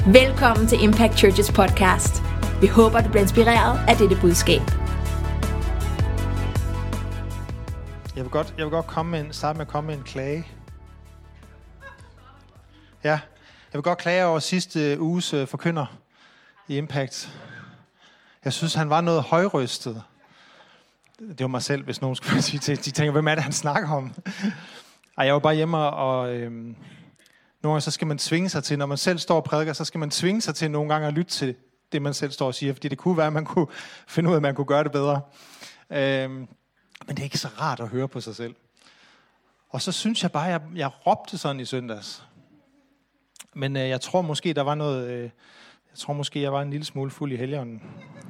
Velkommen til Impact Churches podcast. Vi håber, du bliver inspireret af dette budskab. Jeg vil godt starte med at komme med en klage. Ja, jeg vil godt klage over sidste uges forkynder i Impact. Jeg synes, han var noget højrøstet. Det var mig selv, hvis nogen skulle sige til. De tænker, hvem er det, han snakker om? Ej, jeg var bare hjemme og... Nogle gange så skal man tvinge sig til, når man selv står og prædiker, så skal man tvinge sig til nogle gange at lytte til det, man selv står og siger, fordi det kunne være, at man kunne finde ud af, at man kunne gøre det bedre. Men det er ikke så rart at høre på sig selv. Og så synes jeg bare, at jeg råbte sådan i søndags. Men jeg tror måske, der var noget... jeg tror måske, jeg var en lille smule fuld i Helligånden.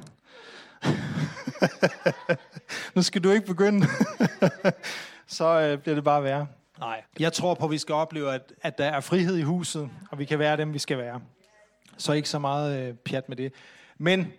Nu skal du ikke begynde. Så bliver det bare værre. Nej. Jeg tror på, at vi skal opleve, at der er frihed i huset, og vi kan være dem, vi skal være. Så ikke så meget pjat med det. Men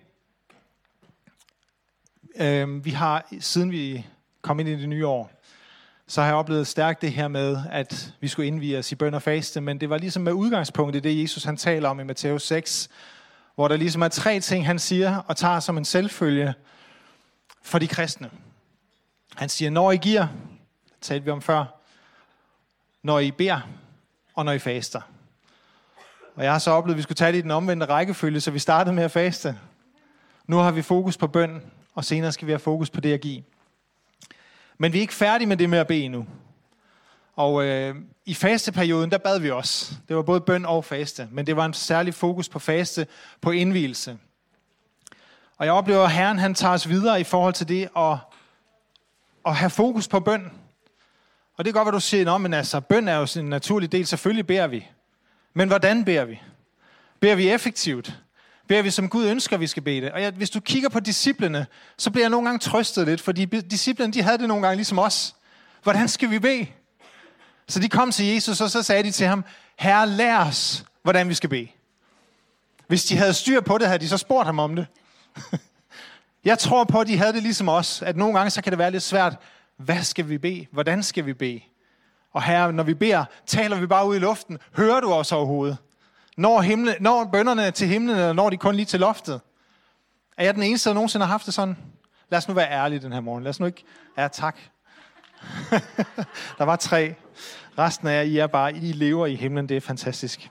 vi har, siden vi kom ind i det nye år, så har jeg oplevet stærkt det her med, at vi skulle indvie os i bøn og faste, men det var ligesom med udgangspunkt i det, Jesus han taler om i Matthæus 6, hvor der ligesom er 3 ting, han siger og tager som en selvfølge for de kristne. Han siger, når I giver, det talte vi om før, når I beder, og når I faster. Og jeg har så oplevet, at vi skulle tage det i den omvendte rækkefølge, så vi startede med at faste. Nu har vi fokus på bøn, og senere skal vi have fokus på det at give. Men vi er ikke færdige med det med at bede endnu. Og i fasteperioden, der bad vi også. Det var både bøn og faste, men det var en særlig fokus på faste, på indvielse. Og jeg oplever, at Herren han tager os videre i forhold til det at have fokus på bøn. Og det er godt, hvad du siger, men altså, bøn er jo en naturlig del. Selvfølgelig beder vi. Men hvordan beder vi? Beder vi effektivt? Beder vi, som Gud ønsker, vi skal bede det? Og hvis du kigger på disciplene, så bliver jeg nogle gange trøstet lidt, fordi disciplene, de havde det nogle gange ligesom os. Hvordan skal vi bede? Så de kom til Jesus, og så sagde de til ham, Herre, lær os, hvordan vi skal bede. Hvis de havde styr på det, havde de så spurgt ham om det. Jeg tror på, at de havde det ligesom os, at nogle gange så kan det være lidt svært. Hvad skal vi bede? Hvordan skal vi bede? Og Herre, når vi beder, taler vi bare ud i luften. Hører du os overhovedet? Når bønnerne til himlen, eller når de kun lige til loftet? Er jeg den eneste, der nogensinde har haft det sådan? Lad os nu være ærlige den her morgen. Lad os nu ikke... Ja, tak. Der var 3. Resten af jer, I lever i himlen. Det er fantastisk.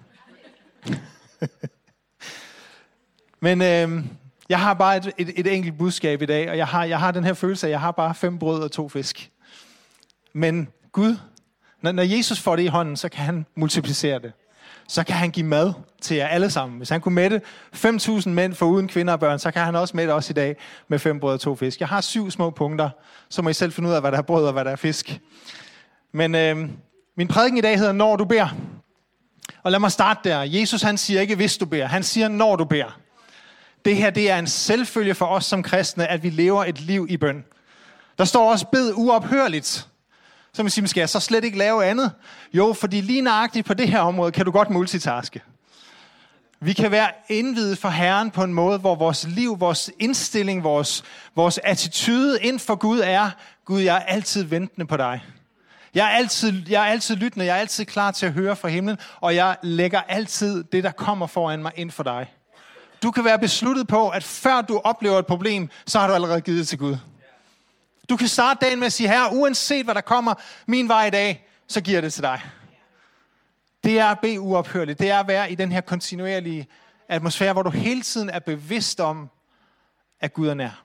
Men jeg har bare et enkelt budskab i dag, og jeg har den her følelse af, at jeg har bare 5 brød og 2 fisk. Men Gud, når Jesus får det i hånden, så kan han multiplicere det. Så kan han give mad til jer alle sammen. Hvis han kunne mætte 5.000 mænd foruden kvinder og børn, så kan han også mætte os i dag med 5 brød og 2 fisk. Jeg har 7 små punkter, så må I selv finde ud af, hvad der er brød og hvad der er fisk. Men min prædiken i dag hedder, når du beder. Og lad mig starte der. Jesus han siger ikke, hvis du beder. Han siger, når du beder. Det her, det er en selvfølge for os som kristne, at vi lever et liv i bøn. Der står også, bed uophørligt. Så man siger, skal jeg så slet ikke lave andet? Jo, fordi lige nøjagtigt på det her område, kan du godt multitaske. Vi kan være indviet for Herren på en måde, hvor vores liv, vores indstilling, vores attitude ind for Gud er, Gud, jeg er altid ventende på dig. Jeg er altid lyttende, jeg er altid klar til at høre fra himlen, og jeg lægger altid det, der kommer foran mig, ind for dig. Du kan være besluttet på, at før du oplever et problem, så har du allerede givet det til Gud. Du kan starte dagen med at sige, Herre, uanset hvad der kommer min vej i dag, så giver jeg det til dig. Det er at bede uophørligt. Det er at være i den her kontinuerlige atmosfære, hvor du hele tiden er bevidst om, at Gud er nær.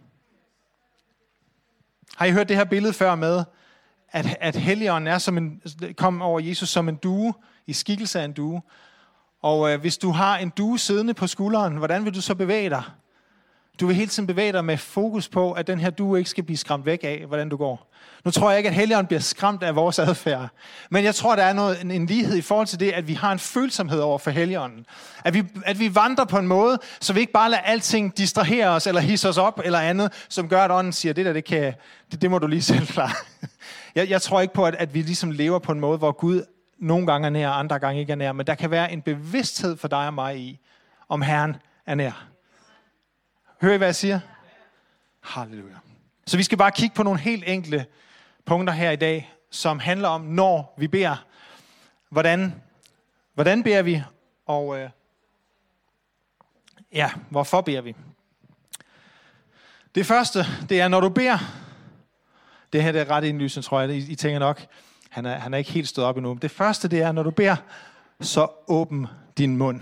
Har I hørt det her billede før med, at Helligånden er kom over Jesus som en due, i skikkelse af en due. Og hvis du har en due siddende på skulderen, hvordan vil du så bevæge dig? Du vil hele tiden bevæge dig med fokus på, at den her due ikke skal blive skræmt væk af, hvordan du går. Nu tror jeg ikke, at Helligånden bliver skræmt af vores adfærd. Men jeg tror, der er en lighed i forhold til det, at vi har en følsomhed over for Helligånden. At vi vandrer på en måde, så vi ikke bare lader alting distrahere os, eller hisse os op, eller andet, som gør, at ånden siger, det må du lige selv klare. Jeg tror ikke på, at vi ligesom lever på en måde, hvor Gud nogle gange er nær, andre gange ikke er nær. Men der kan være en bevidsthed for dig og mig i, om Herren er nær. Hører I, hvad jeg siger? Halleluja. Så vi skal bare kigge på nogle helt enkle punkter her i dag, som handler om, når vi beder. Hvordan beder vi? Og Ja, hvorfor beder vi? Det første, det er, når du beder. Det her det er ret indlysende, tror jeg. I tænker nok, han er ikke helt stået op endnu. Det første, det er, når du beder, så åbn din mund.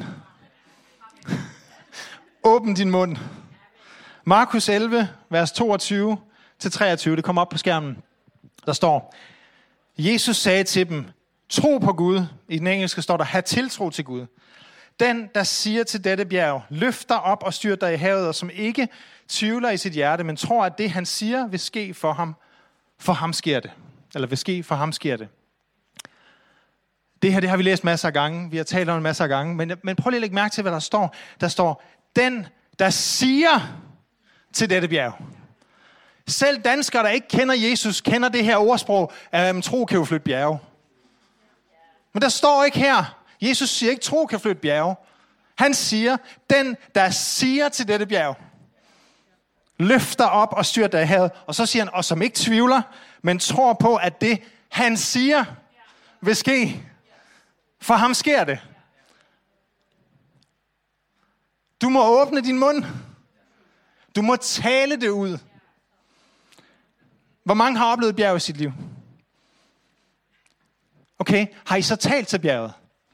Åbn din mund. Markus 11, vers 22-23, det kommer op på skærmen. Der står, Jesus sagde til dem, tro på Gud. I den engelske står der, have tiltro til Gud. Den, der siger til dette bjerg, løft dig op og styr dig i havet, og som ikke tvivler i sit hjerte, men tror, at det, han siger, vil ske for ham sker det. Eller vil ske for ham sker det. Det her, det har vi læst masser af gange. Vi har talt om en masse af gange. Men prøv lige at lægge mærke til, hvad der står. Der står, den, der siger til dette bjerg. Selv danskere, der ikke kender Jesus, kender det her ordsprog, at tro kan jo flytte bjerge. Men der står ikke her. Jesus siger ikke, tro kan flytte bjerge. Han siger, den, der siger til dette bjerg, løfter op og styrer dig i havet. Og så siger han, og som ikke tvivler, men tror på, at det, han siger, vil ske. For ham sker det. Du må åbne din mund. Du må tale det ud. Hvor mange har oplevet bjerg i sit liv? Okay, har I så talt til bjerget?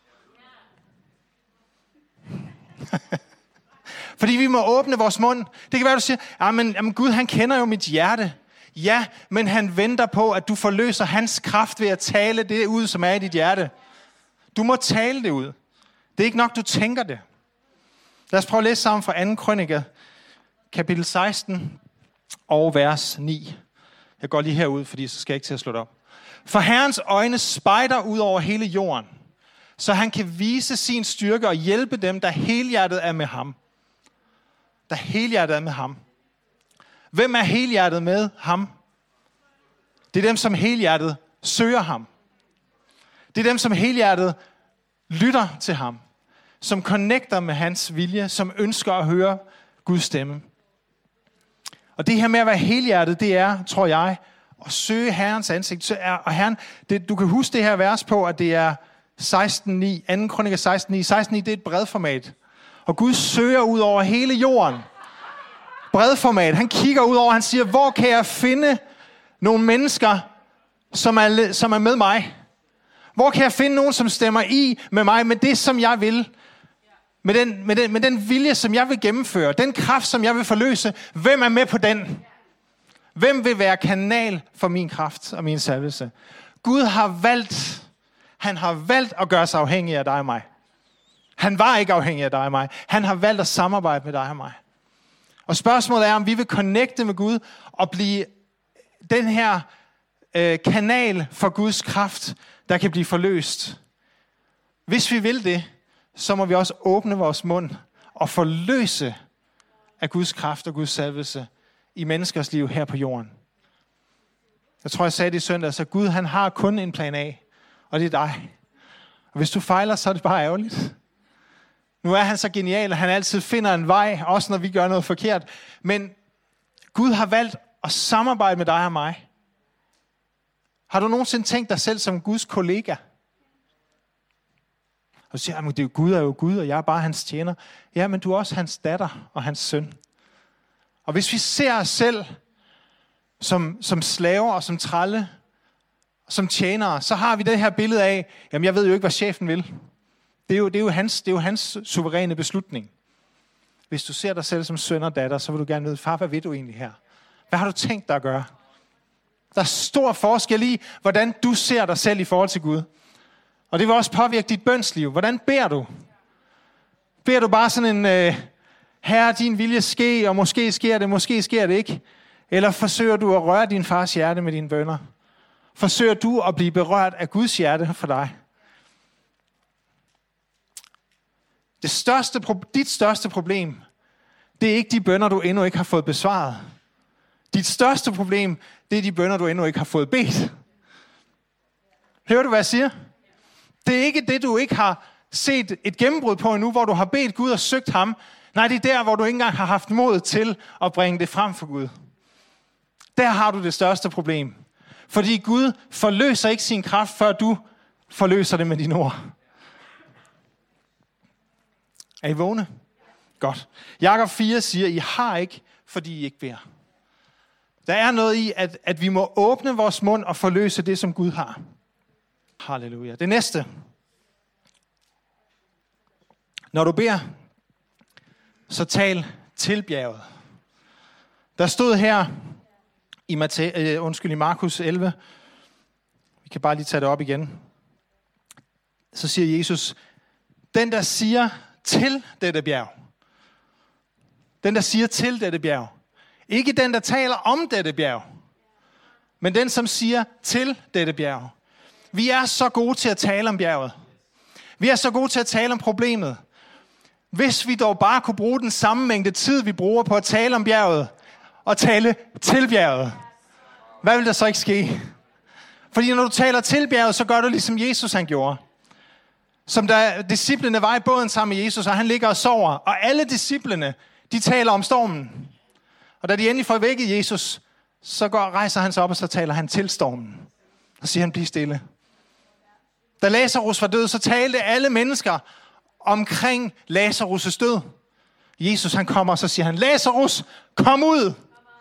Fordi vi må åbne vores mund. Det kan være, du siger, jamen Gud, han kender jo mit hjerte. Ja, men han venter på, at du forløser hans kraft ved at tale det ud, som er i dit hjerte. Du må tale det ud. Det er ikke nok, du tænker det. Lad os prøve at læse sammen fra 2. Krøniker, kapitel 16 og vers 9. Jeg går lige herud, fordi så skal jeg ikke til at slå det op. For Herrens øjne spejder ud over hele jorden, så han kan vise sin styrke og hjælpe dem, der helhjertet er med ham. Der helhjertet er med ham. Hvem er helhjertet med ham? Det er dem, som helhjertet søger ham. Det er dem, som helhjertet lytter til ham. Som connecter med hans vilje, som ønsker at høre Guds stemme. Og det her med at være helhjertet, det er, tror jeg, at søge Herrens ansigt. Og Herren, du kan huske det her vers på, at det er 16.9, 2. Krøniker 16.9. 16.9, det er et bredformat. Og Gud søger ud over hele jorden. Bredformat. Han kigger ud over, han siger, hvor kan jeg finde nogle mennesker, som er med mig? Hvor kan jeg finde nogen, som stemmer i med mig, med det, som jeg vil? Med den vilje, som jeg vil gennemføre. Den kraft, som jeg vil forløse. Hvem er med på den? Hvem vil være kanal for min kraft og min salvelse? Gud har valgt at gøre sig afhængig af dig og mig. Han var ikke afhængig af dig og mig. Han har valgt at samarbejde med dig og mig. Og spørgsmålet er, om vi vil connecte med Gud og blive den her kanal for Guds kraft, der kan blive forløst. Hvis vi vil det, så må vi også åbne vores mund og forløse af Guds kraft og Guds salvelse i menneskers liv her på jorden. Jeg tror, jeg sagde det i søndag, så Gud, han har kun en plan A, og det er dig. Og hvis du fejler, så er det bare ærgerligt. Nu er han så genial, at han altid finder en vej, også når vi gør noget forkert. Men Gud har valgt at samarbejde med dig og mig. Har du nogensinde tænkt dig selv som Guds kollega? Og du siger, at Gud er jo Gud, og jeg er bare hans tjener. Ja, men du er også hans datter og hans søn. Og hvis vi ser os selv som slaver og som trælle, som tjenere, så har vi det her billede af, jamen jeg ved jo ikke, hvad chefen vil. Det er jo hans suveræne beslutning. Hvis du ser dig selv som søn og datter, så vil du gerne vide, far, hvad ved du egentlig her? Hvad har du tænkt dig at gøre? Der er stor forskel i, hvordan du ser dig selv i forhold til Gud. Og det vil også påvirke dit bønsliv. Hvordan beder du? Beder du bare sådan en, Herre, din vilje ske, og måske sker det ikke? Eller forsøger du at røre din fars hjerte med dine bønner? Forsøger du at blive berørt af Guds hjerte for dig? Dit største problem, det er ikke de bønner, du endnu ikke har fået besvaret. Dit største problem, det er de bønner, du endnu ikke har fået bedt. Hører du, hvad jeg siger? Det er ikke det, du ikke har set et gennembrud på endnu, hvor du har bedt Gud og søgt ham. Nej, det er der, hvor du ikke engang har haft mod til at bringe det frem for Gud. Der har du det største problem. Fordi Gud forløser ikke sin kraft, før du forløser det med dine ord. Er I vågne? Godt. Jakob 4 siger, I har ikke, fordi I ikke beder. Der er noget i, at vi må åbne vores mund og forløse det, som Gud har. Halleluja. Det næste. Når du beder, så tal til bjerget. Der stod her i Markus 11. Vi kan bare lige tage det op igen. Så siger Jesus, den der siger til dette bjerg. Den der siger til dette bjerg. Ikke den der taler om dette bjerg. Men den som siger til dette bjerg. Vi er så gode til at tale om bjerget. Vi er så gode til at tale om problemet. Hvis vi dog bare kunne bruge den samme mængde tid, vi bruger på at tale om bjerget, og tale til bjerget, hvad vil der så ikke ske? Fordi når du taler til bjerget, så gør du ligesom Jesus han gjorde. Som da disciplene var i båden sammen med Jesus, og han ligger og sover, og alle disciplene, de taler om stormen. Og da de endelig får vækket Jesus, så rejser han sig op, og så taler han til stormen. Og siger han, bliv stille. Da Lazarus var død, så talte alle mennesker omkring Lazarus' død. Jesus han kommer, og så siger han, Lazarus, kom ud!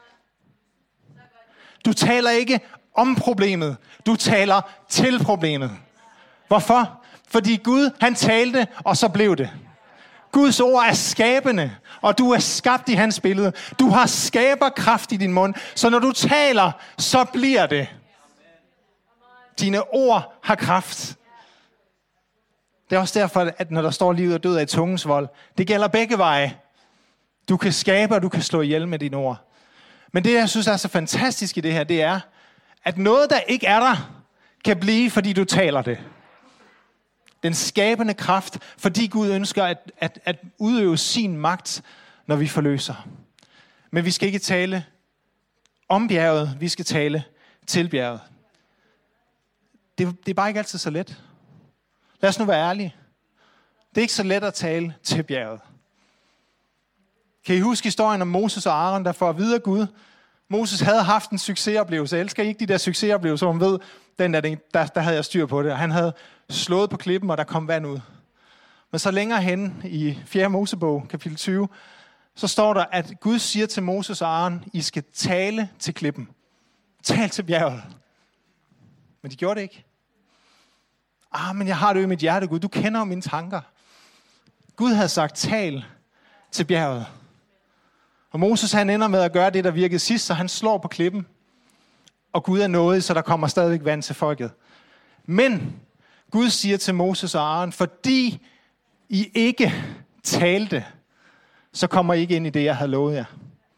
Du taler ikke om problemet, du taler til problemet. Hvorfor? Fordi Gud, han talte, og så blev det. Guds ord er skabende, og du er skabt i hans billede. Du har skaberkraft i din mund, så når du taler, så bliver det. Dine ord har kraft. Det er også derfor, at når der står livet og død af tungens vold, det gælder begge veje. Du kan skabe, og du kan slå ihjel med dine ord. Men det, jeg synes er så fantastisk i det her, det er, at noget, der ikke er der, kan blive, fordi du taler det. Den skabende kraft, fordi Gud ønsker at udøve sin magt, når vi forløser. Men vi skal ikke tale om bjerget, vi skal tale til bjerget. Det er bare ikke altid så let. Lad os nu være ærlige. Det er ikke så let at tale til bjerget. Kan I huske historien om Moses og Aaron, der får at vide af Gud? Moses havde haft en succesoplevelse. Jeg elsker ikke de der succesoplevelser, hvor man ved, der havde jeg styr på det. Og han havde slået på klippen, og der kom vand ud. Men så længere henne i 4. Mosebog, kapitel 20, så står der, at Gud siger til Moses og Aaron, I skal tale til klippen. Tal til bjerget. Men de gjorde det ikke. Men jeg har det jo i mit hjerte, Gud. Du kender jo mine tanker. Gud havde sagt, tal til bjerget. Og Moses han ender med at gøre det, der virkede sidst, så han slår på klippen. Og Gud er nådig, så der kommer stadigvæk vand til folket. Men Gud siger til Moses og Aaron, fordi I ikke talte, så kommer I ikke ind i det, jeg havde lovet jer.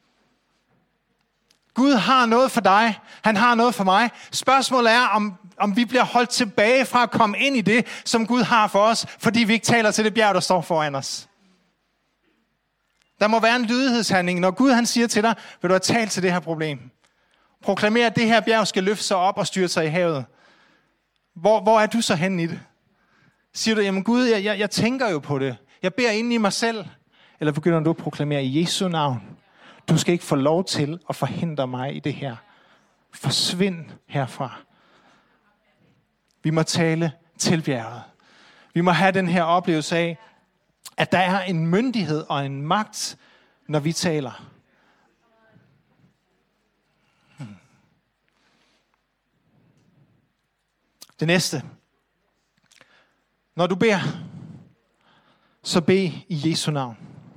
Gud har noget for dig. Han har noget for mig. Spørgsmålet er, om vi bliver holdt tilbage fra at komme ind i det, som Gud har for os, fordi vi ikke taler til det bjerg, der står foran os. Der må være en lydighedshandling. Når Gud han siger til dig, vil du have talt til det her problem. Proklamer, at det her bjerg skal løfte sig op og styre sig i havet. Hvor er du så henne i det? Siger du, jamen Gud, jeg tænker jo på det. Jeg beder inde i mig selv. Eller begynder du at proklamere i Jesu navn? Du skal ikke få lov til at forhindre mig i det her. Forsvind herfra. Vi må tale til bjerget. Vi må have den her oplevelse af, at der er en myndighed og en magt, når vi taler. Det næste. Når du beder, så bed i Jesu navn.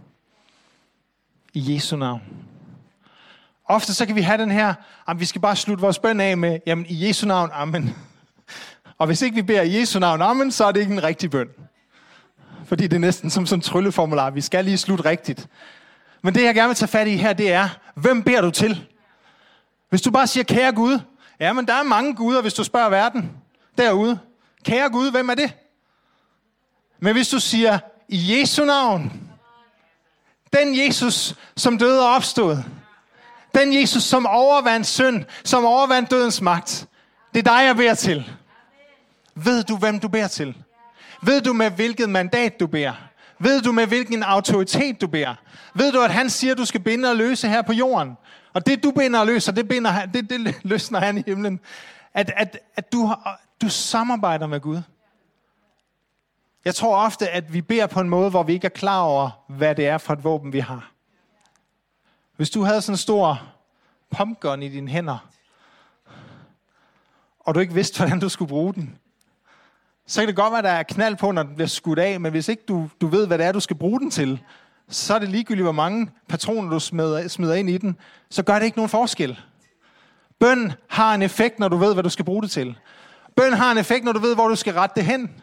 I Jesu navn. Ofte så kan vi have den her, at vi skal bare slutte vores bøn af med, jamen i Jesu navn, amen. Og hvis ikke vi beder i Jesu navn, amen, så er det ikke en rigtig bøn. Fordi det er næsten som sådan en trylleformular. Vi skal lige slutte rigtigt. Men det jeg gerne vil tage fat i her, det er, hvem beder du til? Hvis du bare siger, kære Gud, jamen der er mange guder, hvis du spørger verden derude. Kære Gud, hvem er det? Men hvis du siger, i Jesu navn, den Jesus, som døde og opstod, den Jesus, som overvandt synd, som overvandt dødens magt, det er dig, jeg beder til. Ved du, hvem du beder til? Ved du, med hvilket mandat du beder? Ved du, med hvilken autoritet du beder? Ved du, at han siger, at du skal binde og løse her på jorden? Og det, du binder og løser, det løsner han i himlen. At du samarbejder med Gud. Jeg tror ofte, at vi beder på en måde, hvor vi ikke er klar over, hvad det er for et våben, vi har. Hvis du havde sådan en stor pumpgun i dine hænder, og du ikke vidste, hvordan du skulle bruge den, så kan det godt være, at der er knald på, når den bliver skudt af, men hvis ikke du ved, hvad det er, du skal bruge den til, så er det ligegyldigt, hvor mange patroner du smider ind i den, så gør det ikke nogen forskel. Bøn har en effekt, når du ved, hvad du skal bruge det til. Bøn har en effekt, når du ved, hvor du skal rette det hen.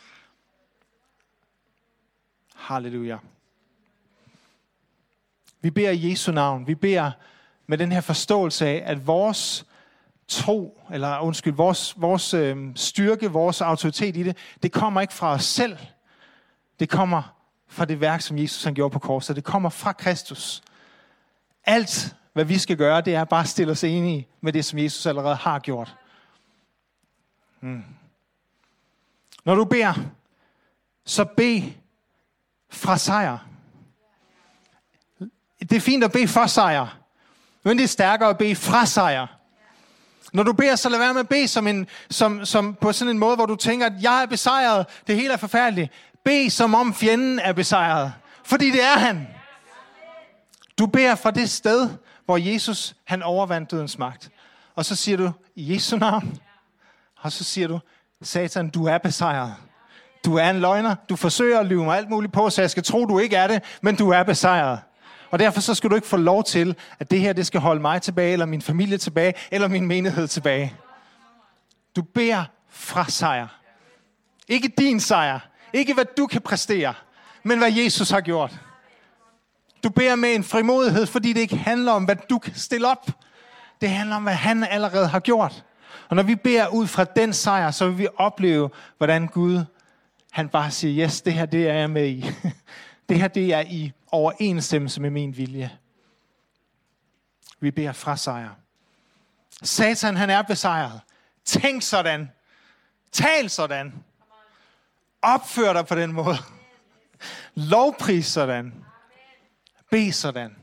Halleluja. Vi beder i Jesu navn. Vi beder med den her forståelse af, at vores tro, vores styrke, vores autoritet i det kommer ikke fra os selv. Det kommer fra det værk, som Jesus han gjorde på korset. Det kommer fra Kristus. Alt, hvad vi skal gøre, det er bare at stille os enige med det, som Jesus allerede har gjort. Når du beder, så bed fra sejr. Det er fint at bede for sejr, men det er stærkere at bede fra sejr. Når du beder, så lad være med at bede som på sådan en måde, hvor du tænker, at jeg er besejret, det hele er forfærdeligt. Bed som om fjenden er besejret, fordi det er han. Du beder fra det sted, hvor Jesus han overvandt dødens magt. Og så siger du, i Jesu navn, og så siger du, Satan, du er besejret. Du er en løgner, du forsøger at lyve mig alt muligt på, så jeg skal tro, du ikke er det, men du er besejret. Og derfor så skal du ikke få lov til, at det her det skal holde mig tilbage, eller min familie tilbage, eller min menighed tilbage. Du beder fra sejr. Ikke din sejr. Ikke hvad du kan præstere, men hvad Jesus har gjort. Du beder med en frimodighed, fordi det ikke handler om, hvad du kan stille op. Det handler om, hvad han allerede har gjort. Og når vi beder ud fra den sejr, så vil vi opleve, hvordan Gud, han bare siger, yes, det her det er jeg med i. Det her det er i overensstemmelse med min vilje. Vi beder fra sejr. Satan, han er besejret. Tænk sådan. Tal sådan. Opfør dig på den måde. Lovpris sådan. Bed sådan.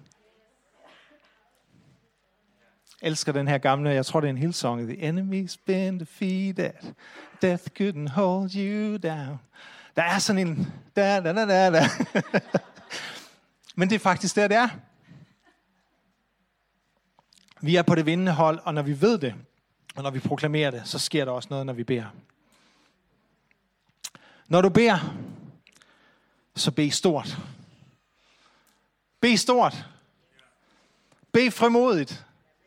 Elsker den her gamle, jeg tror det er en Hillsong. The enemy's been defeated. Death couldn't hold you down. Der er sådan en da. Men det er faktisk det er. Vi er på det vindende hold, og når vi ved det, og når vi proklamerer det, så sker der også noget, når vi beder. Når du beder, så bed stort. Bed stort. Bed frimodigt.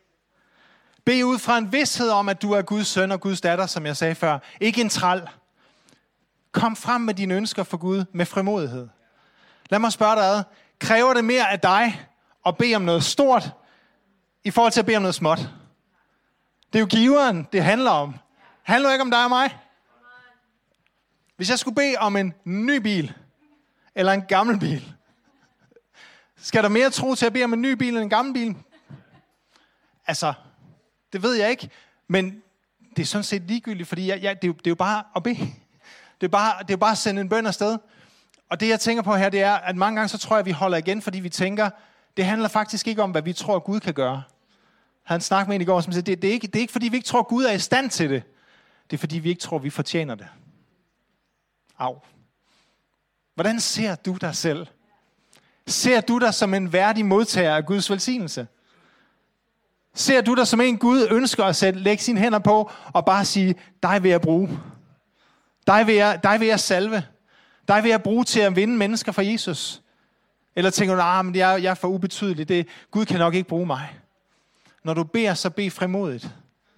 Bed ud fra en vished om, at du er Guds søn og Guds datter, som jeg sagde før. Ikke en træl. Kom frem med dine ønsker for Gud med frimodighed. Lad mig spørge dig ad. Kræver det mere af dig at bede om noget stort, i forhold til at bede om noget småt? Det er jo giveren, det handler om. Det handler ikke om dig og mig. Hvis jeg skulle bede om en ny bil, eller en gammel bil, skal der mere tro til at bede om en ny bil end en gammel bil? Altså, det ved jeg ikke, men det er sådan set ligegyldigt, fordi det er jo bare at bede. Det er jo bare at sende en bøn afsted. Og det jeg tænker på her, det er, at mange gange så tror jeg, at vi holder igen, fordi vi tænker, det handler faktisk ikke om, hvad vi tror, Gud kan gøre. Han snakkede med en i går, som siger, det er ikke fordi, vi ikke tror, Gud er i stand til det. Det er fordi, vi ikke tror, vi fortjener det. Au. Hvordan ser du dig selv? Ser du dig som en værdig modtager af Guds velsignelse? Ser du dig som en Gud ønsker at lægge sine hænder på og bare sige, dig vil jeg bruge. Dig vil jeg salve. Dig vil jeg bruge til at vinde mennesker for Jesus. Eller tænker du, men jeg er for ubetydelig. Gud kan nok ikke bruge mig. Når du beder, så bed frimodigt.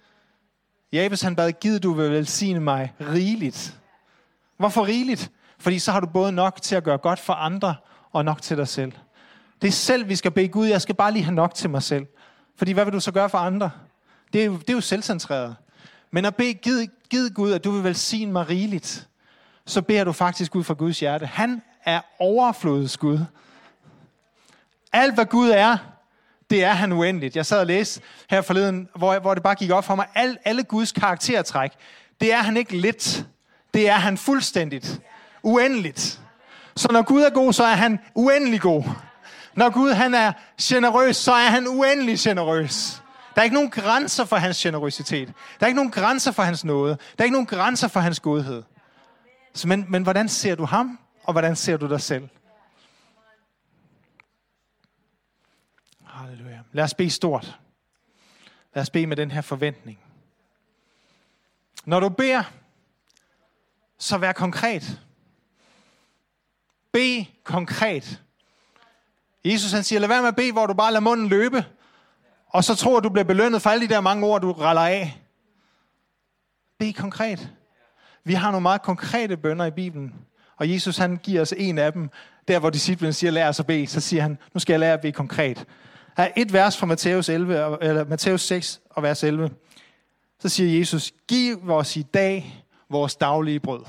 Jabes han bad, giv du vil velsigne mig rigeligt. Hvorfor rigeligt? Fordi så har du både nok til at gøre godt for andre, og nok til dig selv. Det er selv, vi skal bede Gud, jeg skal bare lige have nok til mig selv. Fordi hvad vil du så gøre for andre? Det er jo selvcentreret. Men at bede, giv Gud, at du vil velsigne mig rigeligt, så beder du faktisk Gud fra Guds hjerte. Han er overflodets Gud. Alt hvad Gud er, det er han uendeligt. Jeg sad og læste her forleden, hvor det bare gik op for mig. Alle Guds karaktertræk, det er han ikke lidt. Det er han fuldstændigt. Uendeligt. Så når Gud er god, så er han uendelig god. Når Gud han er generøs, så er han uendelig generøs. Der er ikke nogen grænser for hans generøsitet. Der er ikke nogen grænser for hans nåde. Der er ikke nogen grænser for hans godhed. Men hvordan ser du ham, og hvordan ser du dig selv? Halleluja. Lad os bede stort. Lad os bede med den her forventning. Når du beder, så vær konkret. Bed konkret. Jesus han siger, lad være med at bede, hvor du bare lader munden løbe, og så tror du bliver belønnet for alle de der mange ord, du raller af. Bed konkret. Vi har nogle meget konkrete bønner i Bibelen, og Jesus han giver os en af dem, der hvor disciplen siger, lær os at bede, så siger han, nu skal jeg lære at bede konkret. Der er et vers fra Matthæus 6 og vers 11. Så siger Jesus, giv os i dag vores daglige brød.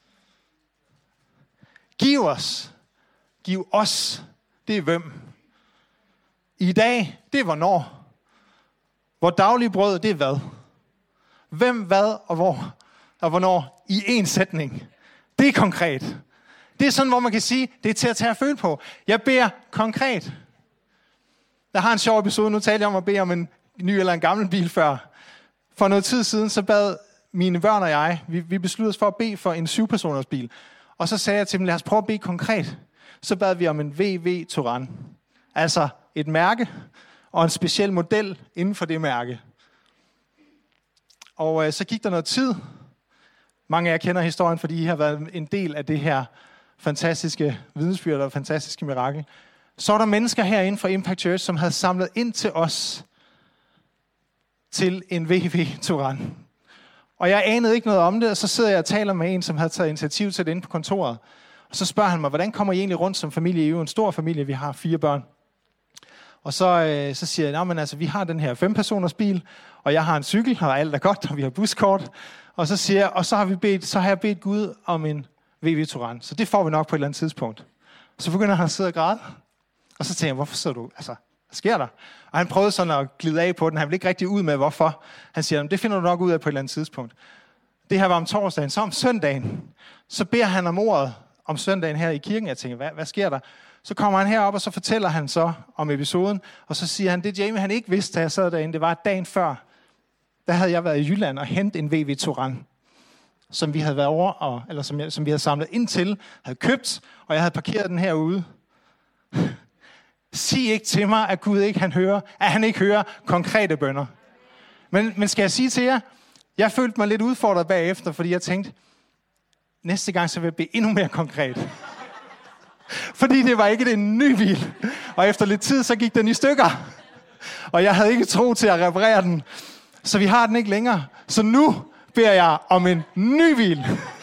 Giv os, det er hvem? I dag, det er hvornår? Vores daglige brød, det er hvad? Hvem, hvad og hvor? Og hvornår? I en sætning. Det er konkret. Det er sådan, hvor man kan sige, det er til at tage og føle på. Jeg beder konkret. Jeg har en sjov episode, nu talte jeg om at bede om en ny eller en gammel bil før. For noget tid siden, så bad mine børn og jeg, vi besluttede os for at bede for en 7-personers bil. Og så sagde jeg til dem, lad os prøve at bede konkret. Så bad vi om en VW Touran. Altså et mærke og en speciel model inden for det mærke. Og så gik der noget tid. Mange af jer kender historien, fordi I har været en del af det her fantastiske vidnesbyrd og fantastiske mirakel. Så var der mennesker herinde fra Impact Church, som havde samlet ind til os til en VW Touran. Og jeg anede ikke noget om det, og så sidder jeg og taler med en, som havde taget initiativ til det inde på kontoret. Og så spørger han mig, hvordan kommer I egentlig rundt som familie? I er jo en stor familie, vi har 4 børn. Og så siger jeg, men altså, vi har den her 5-personers bil, og jeg har en cykel, og alt er godt, og vi har buskort. Og så siger jeg, og så har jeg bedt Gud om en VW Touran. Så det får vi nok på et eller andet tidspunkt. Så begynder han at sidde og græde. Og så tænker jeg, hvorfor sidder du? Altså, hvad sker der? Og han prøvede sådan at glide af på den. Han ville ikke rigtig ud med, hvorfor. Han siger, det finder du nok ud af på et eller andet tidspunkt. Det her var om torsdagen. Så om søndagen, så beder han om ordet om søndagen her i kirken. Jeg tænker, hvad sker der? Så kommer han herop, og så fortæller han så om episoden. Og så siger han, det Jamie han ikke vidste, da jeg sad derinde, det var dagen før. Der havde jeg været i Jylland og hentet en VW Touran, som vi havde været over, eller som vi havde samlet ind til, havde købt, og jeg havde parkeret den herude. Sig ikke til mig, at Gud ikke han ikke hører konkrete bønner. Men skal jeg sige til jer, jeg følte mig lidt udfordret bagefter, fordi jeg tænkte, næste gang så vil jeg bede endnu mere konkret. Fordi det var ikke en ny bil. Og efter lidt tid, så gik den i stykker. Og jeg havde ikke tro til at reparere den. Så vi har den ikke længere. Så nu beder jeg om en ny bil.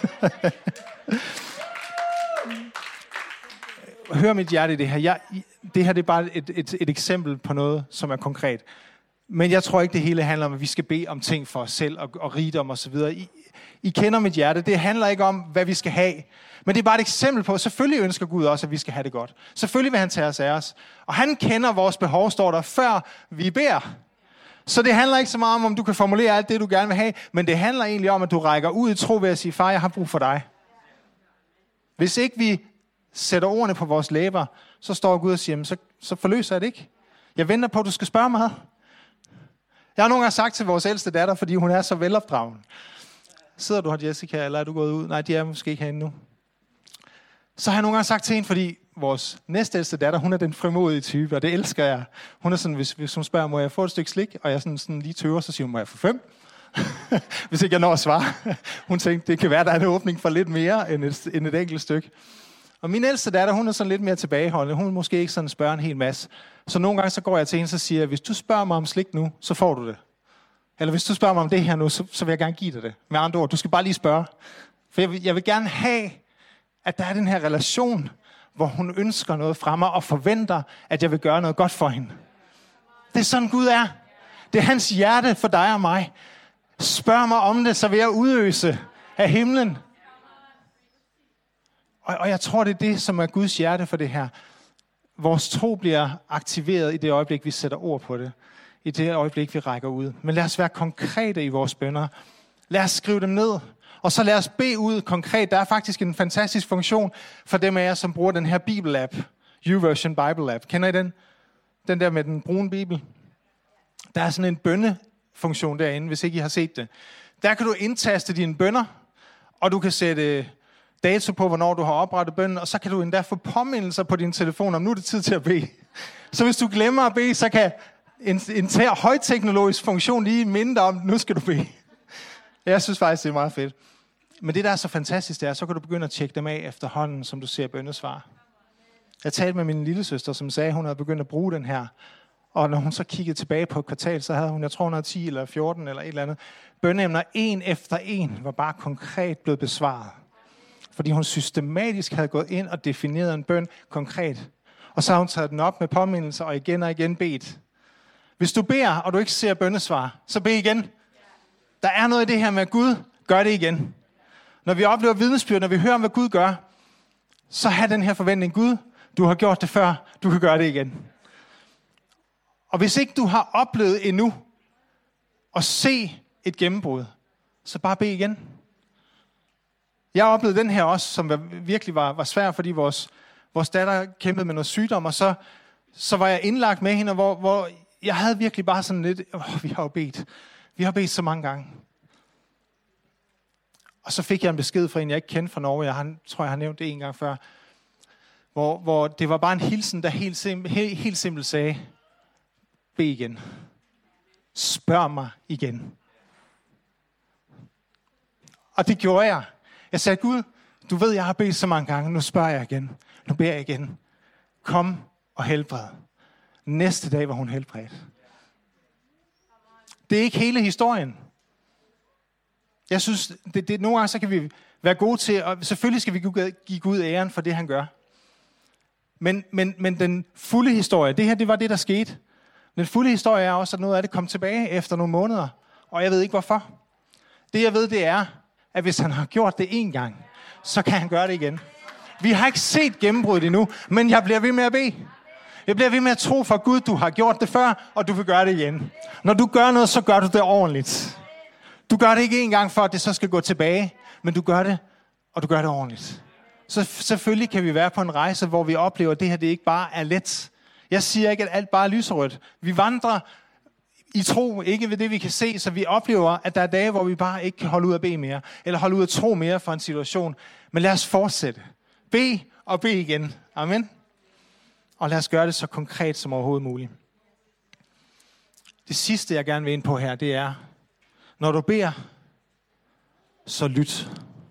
Hør mit hjerte i det her. Det her det er bare et eksempel på noget, som er konkret. Men jeg tror ikke, det hele handler om, at vi skal bede om ting for os selv og rigdom og så videre. I kender mit hjerte. Det handler ikke om, hvad vi skal have. Men det er bare et eksempel på, selvfølgelig ønsker Gud også, at vi skal have det godt. Selvfølgelig vil han tage os af os. Og han kender vores behov, står der, før vi beder. Så det handler ikke så meget om du kan formulere alt det, du gerne vil have. Men det handler egentlig om, at du rækker ud i tro ved at sige, far, jeg har brug for dig. Hvis ikke vi sætter ordene på vores læber, så står Gud og siger, så forløser jeg det ikke. Jeg venter på, at du skal spørge mig. Jeg har nogle gange sagt til vores ældste datter, fordi hun er så velopdragen. Sidder du her, Jessica, eller er du gået ud? Nej, de er måske ikke herinde nu. Så har jeg nogle gange sagt til hende, fordi vores næstældste datter, hun er den frimodige type, og det elsker jeg. Hun er sådan, hvis hun spørger, må jeg få et stykke slik? Og jeg sådan lige tøver, så siger hun, må jeg få 5? Hvis ikke jeg når at svare. Hun tænkte, det kan være, der er en åbning for lidt mere end et enkelt stykke. Og min ældste datter, hun er sådan lidt mere tilbageholdende. Hun vil måske ikke sådan spørge en hel masse. Så nogle gange så går jeg til hende, så siger jeg, hvis du spørger mig om slik nu, så får du det. Eller hvis du spørger mig om det her nu, så vil jeg gerne give dig det. Med andre ord, du skal bare lige spørge. For jeg vil gerne have, at der er den her relation, hvor hun ønsker noget fra mig og forventer, at jeg vil gøre noget godt for hende. Det er sådan Gud er. Det er hans hjerte for dig og mig. Spørg mig om det, så vil jeg udøse af himlen. Og jeg tror, det er det, som er Guds hjerte for det her. Vores tro bliver aktiveret i det øjeblik, vi sætter ord på det. I det øjeblik, vi rækker ud. Men lad os være konkrete i vores bønner. Lad os skrive dem ned. Og så lad os bede ud konkret. Der er faktisk en fantastisk funktion for dem af jer, som bruger den her Bibel-app. YouVersion Bible-app. Kender I den? Den der med den brune bibel. Der er sådan en bønnefunktion derinde, hvis ikke I har set det. Der kan du indtaste dine bønner, og du kan sætte dato på, hvornår du har oprettet bønnen, og så kan du endda få påmindelser på din telefon, om nu er det tid til at bede. Så hvis du glemmer at bede, så kan en højteknologisk funktion lige minde dig om, nu skal du bede. Jeg synes faktisk, det er meget fedt. Men det, der er så fantastisk, det er, så kan du begynde at tjekke dem af efterhånden, som du ser bønnesvar. Jeg talte med min lillesøster, som sagde, at hun havde begyndt at bruge den her. Og når hun så kiggede tilbage på et kvartal, så havde hun, jeg tror, 110 eller 14 eller et eller andet. Bønneemner en efter en var bare konkret blevet besvaret. Fordi hun systematisk havde gået ind og defineret en bøn konkret. Og så har hun taget den op med påmindelser og igen bedt. Hvis du beder, og du ikke ser bønnesvar, så bed igen. Der er noget i det her med, at Gud gør det igen. Når vi oplever vidnesbyrd, når vi hører om, hvad Gud gør, så har den her forventning, Gud, du har gjort det før, du kan gøre det igen. Og hvis ikke du har oplevet endnu at se et gennembrud, så bare bed igen. Jeg oplevede den her også, som virkelig var svær, fordi vores datter kæmpede med noget sygdom, og så var jeg indlagt med hende, hvor jeg havde virkelig bare sådan lidt, vi har jo bedt. Vi har bedt så mange gange. Og så fik jeg en besked fra en, jeg ikke kendte fra Norge. Jeg tror, jeg har nævnt det en gang før. Hvor det var bare en hilsen, der helt simpelt sagde, bed igen. Spørg mig igen. Og det gjorde jeg. Jeg sagde, Gud, du ved, jeg har bedt så mange gange. Nu spørger jeg igen. Nu beder jeg igen. Kom og helbred. Næste dag var hun helbredt. Det er ikke hele historien. Jeg synes, nogle gange så kan vi være gode til, og selvfølgelig skal vi give Gud æren for det, han gør. Men den fulde historie, det var det, der skete. Den fulde historie er også, at noget af det kom tilbage efter nogle måneder. Og jeg ved ikke hvorfor. Det jeg ved, det er, at hvis han har gjort det en gang, så kan han gøre det igen. Vi har ikke set gennembruddet endnu, men jeg bliver ved med at bede. Jeg bliver ved med at tro for Gud, du har gjort det før, og du vil gøre det igen. Når du gør noget, så gør du det ordentligt. Du gør det ikke en gang for, at det så skal gå tilbage, men du gør det, og du gør det ordentligt. Så selvfølgelig kan vi være på en rejse, hvor vi oplever, at det her det ikke bare er let. Jeg siger ikke, at alt bare er lyserødt. Vi vandrer i tro, ikke ved det, vi kan se, så vi oplever, at der er dage, hvor vi bare ikke kan holde ud at bede mere, eller holde ud at tro mere for en situation. Men lad os fortsætte. Bed og bed igen. Amen. Og lad os gøre det så konkret som overhovedet muligt. Det sidste, jeg gerne vil ind på her, det er, når du beder, så lyt.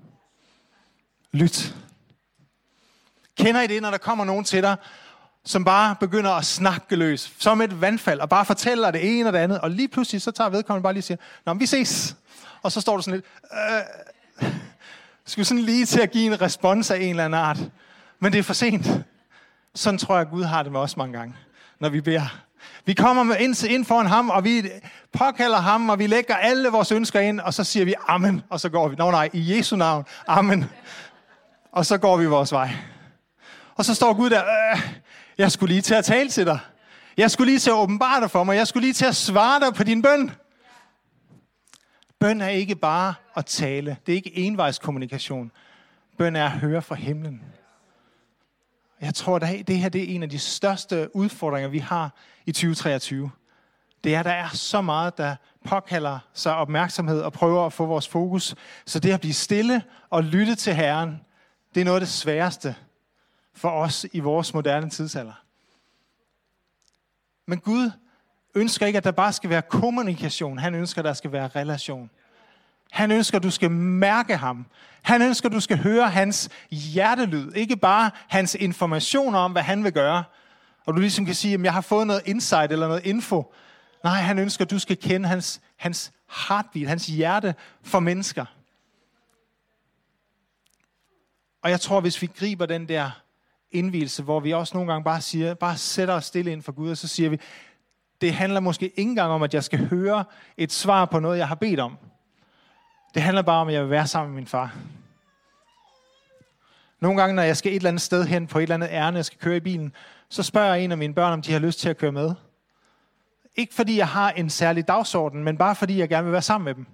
Lyt. Kender I det, når der kommer nogen til dig, som bare begynder at snakke løs, som et vandfald, og bare fortæller det ene og det andet, og lige pludselig så tager vedkommende bare lige og siger, nå, vi ses. Og så står du sådan lidt, skal sådan lige til at give en respons af en eller anden art. Men det er for sent. Sådan tror jeg, Gud har det med os mange gange, når vi beder. Vi kommer ind foran ham, og vi påkalder ham, og vi lægger alle vores ønsker ind, og så siger vi amen, og så går vi. Nej, i Jesu navn, amen. Og så går vi vores vej. Og så står Gud der, jeg skulle lige til at tale til dig. Jeg skulle lige til at åbenbare dig for mig. Jeg skulle lige til at svare dig på din bøn. Bøn er ikke bare at tale. Det er ikke envejskommunikation. Bøn er at høre fra himlen. Jeg tror, at det her det er en af de største udfordringer, vi har i 2023. Det er, at der er så meget, der påkalder sig opmærksomhed og prøver at få vores fokus. Så det at blive stille og lytte til Herren, det er noget af det sværeste for os i vores moderne tidsalder. Men Gud ønsker ikke, at der bare skal være kommunikation. Han ønsker, at der skal være relation. Han ønsker, at du skal mærke ham. Han ønsker, at du skal høre hans hjertelyd. Ikke bare hans informationer om, hvad han vil gøre. Og du ligesom kan sige, at jeg har fået noget insight eller noget info. Nej, han ønsker, at du skal kende hans heartbeat, hans hjerte for mennesker. Og jeg tror, hvis vi griber den der indvielse, hvor vi også nogle gange bare sætter os stille ind for Gud, og så siger vi, det handler måske ikke engang om, at jeg skal høre et svar på noget, jeg har bedt om. Det handler bare om, at jeg vil være sammen med min far. Nogle gange, når jeg skal et eller andet sted hen på et eller andet ærne, jeg skal køre i bilen, så spørger jeg en af mine børn, om de har lyst til at køre med. Ikke fordi jeg har en særlig dagsorden, men bare fordi jeg gerne vil være sammen med dem.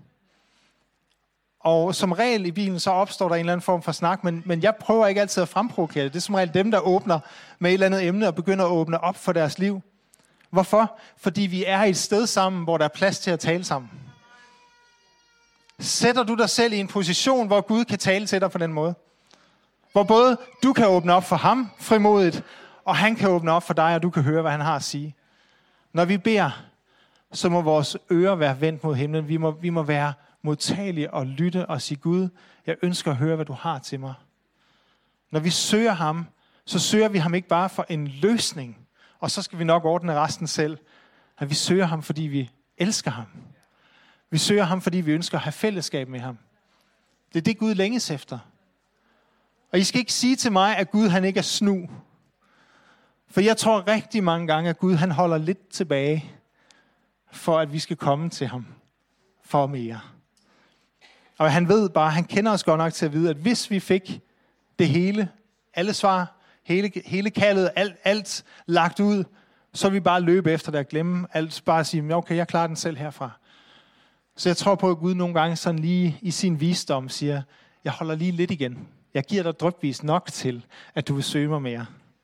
Og som regel i bilen, så opstår der en eller anden form for snak, men jeg prøver ikke altid at fremprovokere det. Det er som regel dem, der åbner med et eller andet emne og begynder at åbne op for deres liv. Hvorfor? Fordi vi er et sted sammen, hvor der er plads til at tale sammen. Sætter du dig selv i en position, hvor Gud kan tale til dig på den måde? Hvor både du kan åbne op for ham frimodigt, og han kan åbne op for dig, og du kan høre, hvad han har at sige. Når vi beder, så må vores ører være vendt mod himlen. Vi må være modtagelige og lytte og sige, Gud, jeg ønsker at høre, hvad du har til mig. Når vi søger ham, så søger vi ham ikke bare for en løsning, og så skal vi nok ordne resten selv. Men vi søger ham, fordi vi elsker ham. Vi søger ham, fordi vi ønsker at have fællesskab med ham. Det er det, Gud længes efter. Og I skal ikke sige til mig, at Gud han ikke er snu. For jeg tror rigtig mange gange, at Gud han holder lidt tilbage, for at vi skal komme til ham for mere. Og han ved bare, han kender os godt nok til at vide, at hvis vi fik det hele, alle svar, hele kaldet, alt lagt ud, så vil vi bare løbe efter det og glemme alt, bare sige, okay, jeg klarer den selv herfra. Så jeg tror på, at Gud nogle gange sådan lige i sin visdom siger, jeg holder lige lidt igen. Jeg giver dig drypvis nok til, at du vil søge mig mere.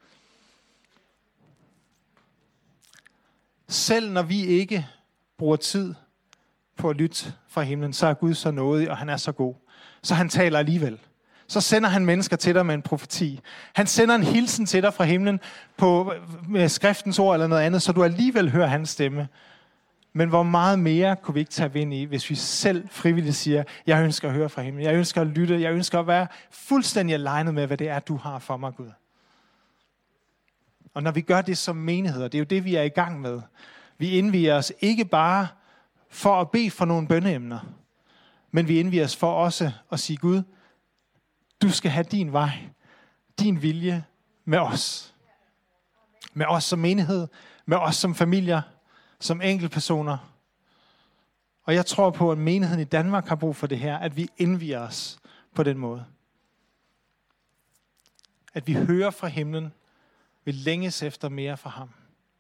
Selv når vi ikke bruger tid på at lytte fra himlen, så er Gud så nådig, og han er så god. Så han taler alligevel. Så sender han mennesker til dig med en profeti. Han sender en hilsen til dig fra himlen med skriftens ord eller noget andet, så du alligevel hører hans stemme. Men hvor meget mere kunne vi ikke tage vind i, hvis vi selv frivilligt siger, jeg ønsker at høre fra himlen, jeg ønsker at lytte, jeg ønsker at være fuldstændig alignet med, hvad det er, du har for mig, Gud. Og når vi gør det som menigheder, det er jo det, vi er i gang med. Vi indviger os ikke bare for at bede for nogle bønneemner, men vi indviger os for også at sige, Gud, du skal have din vej, din vilje med os. Med os som menighed, med os som familier, som enkeltpersoner. Og jeg tror på, at menigheden i Danmark har brug for det her, at vi indviger os på den måde. At vi hører fra himlen, vi længes efter mere fra ham.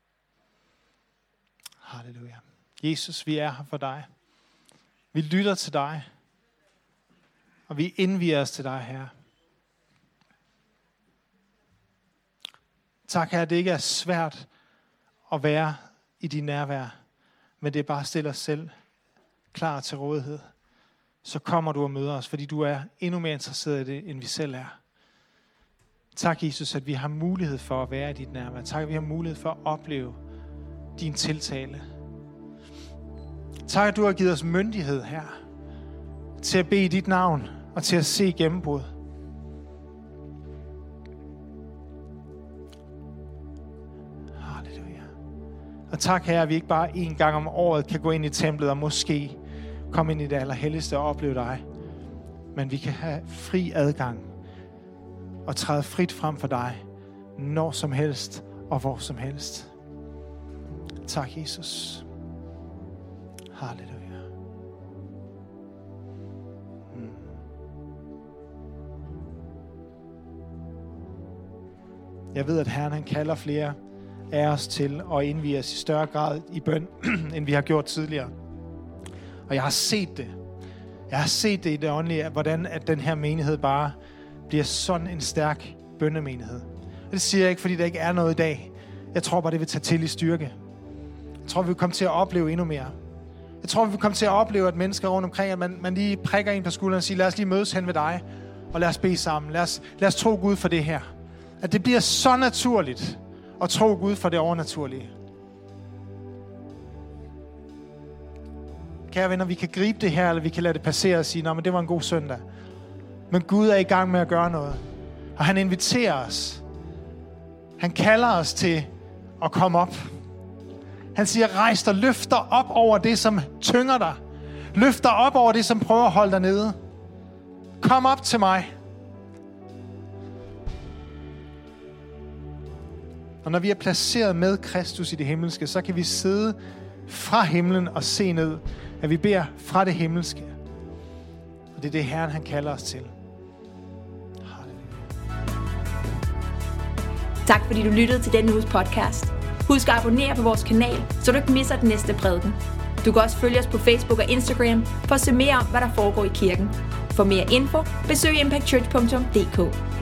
Halleluja. Jesus, vi er her for dig. Vi lytter til dig. Og vi indviger os til dig, Herre. Tak, Herre, det ikke er svært at være i din nærvær, men det er bare at stille os selv klar til rådighed. Så kommer du og møder os, fordi du er endnu mere interesseret i det, end vi selv er. Tak, Jesus, at vi har mulighed for at være i dit nærvær. Tak, at vi har mulighed for at opleve din tiltale. Tak, at du har givet os myndighed her til at bede i dit navn og til at se gennembrud. Halleluja. Og tak, Herre, at vi ikke bare en gang om året kan gå ind i templet og måske komme ind i det allerhelligste og opleve dig, men vi kan have fri adgang og træde frit frem for dig, når som helst og hvor som helst. Tak, Jesus. Halleluja. Jeg ved, at Herren han kalder flere af os til at indvie os i større grad i bøn, end vi har gjort tidligere. Og jeg har set det. Jeg har set det i det åndelige, hvordan at den her menighed bare bliver sådan en stærk bønnemenighed. Det siger jeg ikke, fordi der ikke er noget i dag. Jeg tror bare, det vil tage til i styrke. Jeg tror, vi vil komme til at opleve endnu mere. Jeg tror, vi vil komme til at opleve, at mennesker rundt omkring, at man lige prikker en på skulderen og siger, lad os lige mødes hen ved dig, og lad os bede sammen. Lad os tro Gud for det her. At det bliver så naturligt at tro Gud for det overnaturlige. Kære venner, vi kan gribe det her, eller vi kan lade det passere og sige, nå, men det var en god søndag. Men Gud er i gang med at gøre noget. Og han inviterer os. Han kalder os til at komme op. Han siger, rejs dig, løft dig op over det, som tynger dig. Løft dig op over det, som prøver at holde dig nede. Kom op til mig. Og når vi er placeret med Kristus i det himmelske, så kan vi sidde fra himlen og se ned, at vi beder fra det himmelske. Og det er det, Herren han kalder os til. Tak fordi du lyttede til denne uges podcast. Husk at abonnere på vores kanal, så du ikke misser den næste prædiken. Du kan også følge os på Facebook og Instagram for at se mere om, hvad der foregår i kirken. For mere info, besøg impactchurch.dk.